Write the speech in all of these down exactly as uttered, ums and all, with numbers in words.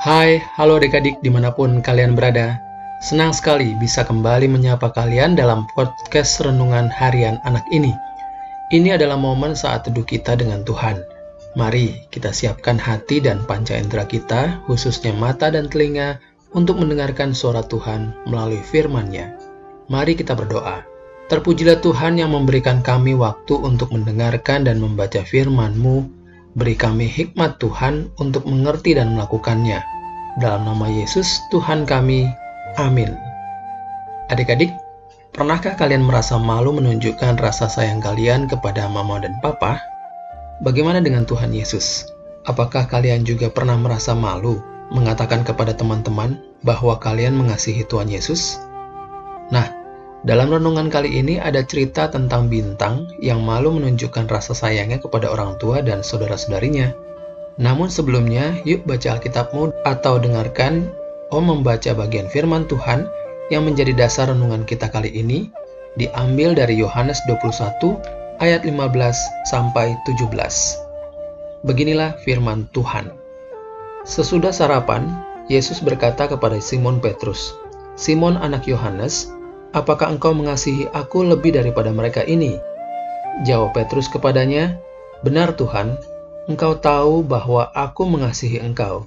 Hai, halo adik-adik dimanapun kalian berada. Senang sekali bisa kembali menyapa kalian dalam podcast Renungan Harian Anak ini. Ini adalah momen saat teduh kita dengan Tuhan. Mari kita siapkan hati dan panca indera kita, khususnya mata dan telinga, untuk mendengarkan suara Tuhan melalui firman-Nya. Mari kita berdoa. Terpujilah Tuhan yang memberikan kami waktu untuk mendengarkan dan membaca firman-Mu. Beri kami hikmat Tuhan untuk mengerti dan melakukannya. Dalam nama Yesus, Tuhan kami. Amin. Adik-adik, pernahkah kalian merasa malu menunjukkan rasa sayang kalian kepada mama dan papa? Bagaimana dengan Tuhan Yesus? Apakah kalian juga pernah merasa malu mengatakan kepada teman-teman bahwa kalian mengasihi Tuhan Yesus? Nah, dalam renungan kali ini ada cerita tentang Bintang yang malu menunjukkan rasa sayangnya kepada orang tua dan saudara-saudarinya. Namun sebelumnya, yuk baca Alkitabmu atau dengarkan Om membaca bagian firman Tuhan yang menjadi dasar renungan kita kali ini, diambil dari Yohanes dua puluh satu ayat lima belas sampai tujuh belas. Beginilah firman Tuhan. Sesudah sarapan, Yesus berkata kepada Simon Petrus, "Simon anak Yohanes, apakah engkau mengasihi aku lebih daripada mereka ini?" Jawab Petrus kepadanya, "Benar Tuhan, engkau tahu bahwa aku mengasihi engkau."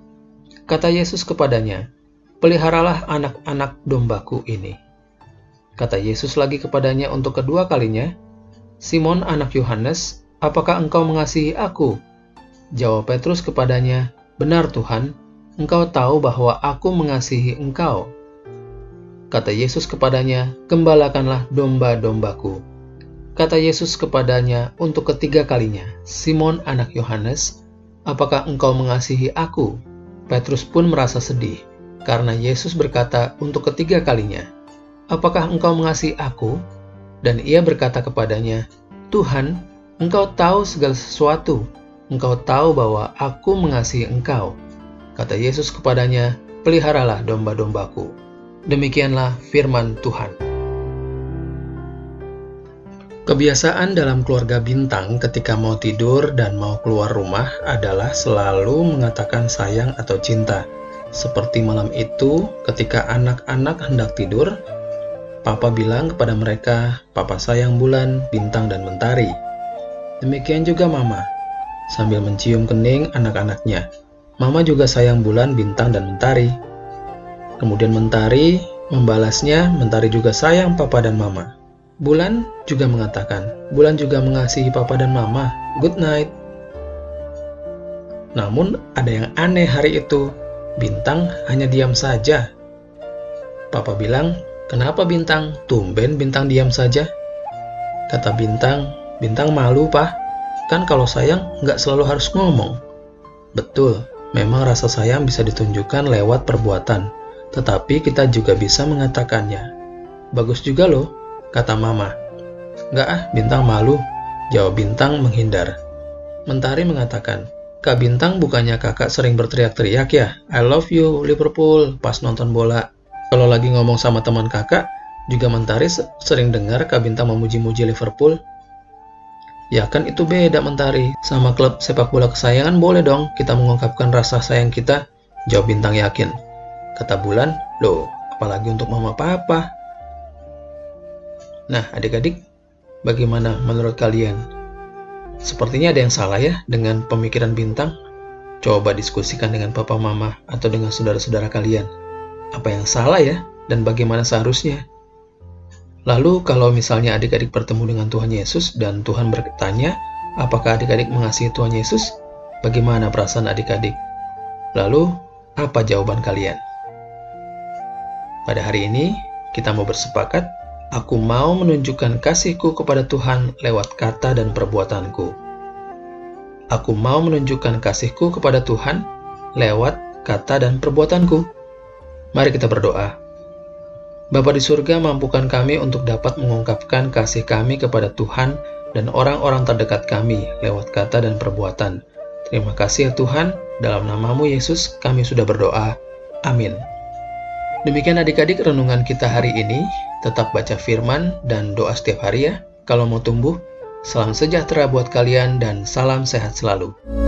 Kata Yesus kepadanya, "Peliharalah anak-anak dombaku ini." Kata Yesus lagi kepadanya untuk kedua kalinya, "Simon anak Yohanes, apakah engkau mengasihi aku?" Jawab Petrus kepadanya, "Benar Tuhan, engkau tahu bahwa aku mengasihi engkau." Kata Yesus kepadanya, "Gembalakanlah domba-dombaku." Kata Yesus kepadanya untuk ketiga kalinya, "Simon anak Yohanes, apakah engkau mengasihi aku?" Petrus pun merasa sedih, karena Yesus berkata untuk ketiga kalinya, "Apakah engkau mengasihi aku?" Dan ia berkata kepadanya, "Tuhan, engkau tahu segala sesuatu. Engkau tahu bahwa aku mengasihi engkau." Kata Yesus kepadanya, "Peliharalah domba-dombaku." Demikianlah firman Tuhan. Kebiasaan dalam keluarga Bintang ketika mau tidur dan mau keluar rumah adalah selalu mengatakan sayang atau cinta. Seperti malam itu, ketika anak-anak hendak tidur, Papa bilang kepada mereka, "Papa sayang Bulan, Bintang, dan Mentari." Demikian juga Mama, sambil mencium kening anak-anaknya. Mama juga sayang Bulan, Bintang, dan Mentari. Kemudian Mentari membalasnya, Mentari juga sayang Papa dan Mama. Bulan juga mengatakan, Bulan juga mengasihi Papa dan Mama. Good night. Namun ada yang aneh hari itu. Bintang hanya diam saja. Papa bilang, "Kenapa Bintang? Tumben Bintang diam saja." Kata Bintang, "Bintang malu, Pak. Kan kalau sayang nggak selalu harus ngomong." Betul, memang rasa sayang bisa ditunjukkan lewat perbuatan. Tetapi kita juga bisa mengatakannya. "Bagus juga loh," kata Mama. "Nggak ah, Bintang malu," jawab Bintang menghindar. Mentari mengatakan, "Kak Bintang, bukannya kakak sering berteriak-teriak ya? I love you, Liverpool," pas nonton bola. Kalau lagi ngomong sama teman kakak, juga Mentari sering dengar Kak Bintang memuji-muji Liverpool. "Ya kan itu beda Mentari, sama klub sepak bola kesayangan boleh dong kita mengungkapkan rasa sayang kita," jawab Bintang yakin. Kata Bulan, "Loh, apalagi untuk mama papa." Nah, adik-adik, bagaimana menurut kalian? Sepertinya ada yang salah ya dengan pemikiran Bintang. Coba diskusikan dengan papa mama atau dengan saudara-saudara kalian. Apa yang salah ya, dan bagaimana seharusnya? Lalu kalau misalnya adik-adik bertemu dengan Tuhan Yesus dan Tuhan bertanya, apakah adik-adik mengasihi Tuhan Yesus? Bagaimana perasaan adik-adik? Lalu, apa jawaban kalian? Pada hari ini, kita mau bersepakat, aku mau menunjukkan kasihku kepada Tuhan lewat kata dan perbuatanku. Aku mau menunjukkan kasihku kepada Tuhan lewat kata dan perbuatanku. Mari kita berdoa. Bapa di surga, mampukan kami untuk dapat mengungkapkan kasih kami kepada Tuhan dan orang-orang terdekat kami lewat kata dan perbuatan. Terima kasih ya Tuhan, dalam nama-Mu Yesus kami sudah berdoa. Amin. Demikian adik-adik renungan kita hari ini. Tetap baca firman dan doa setiap hari ya. Kalau mau tumbuh, salam sejahtera buat kalian dan salam sehat selalu.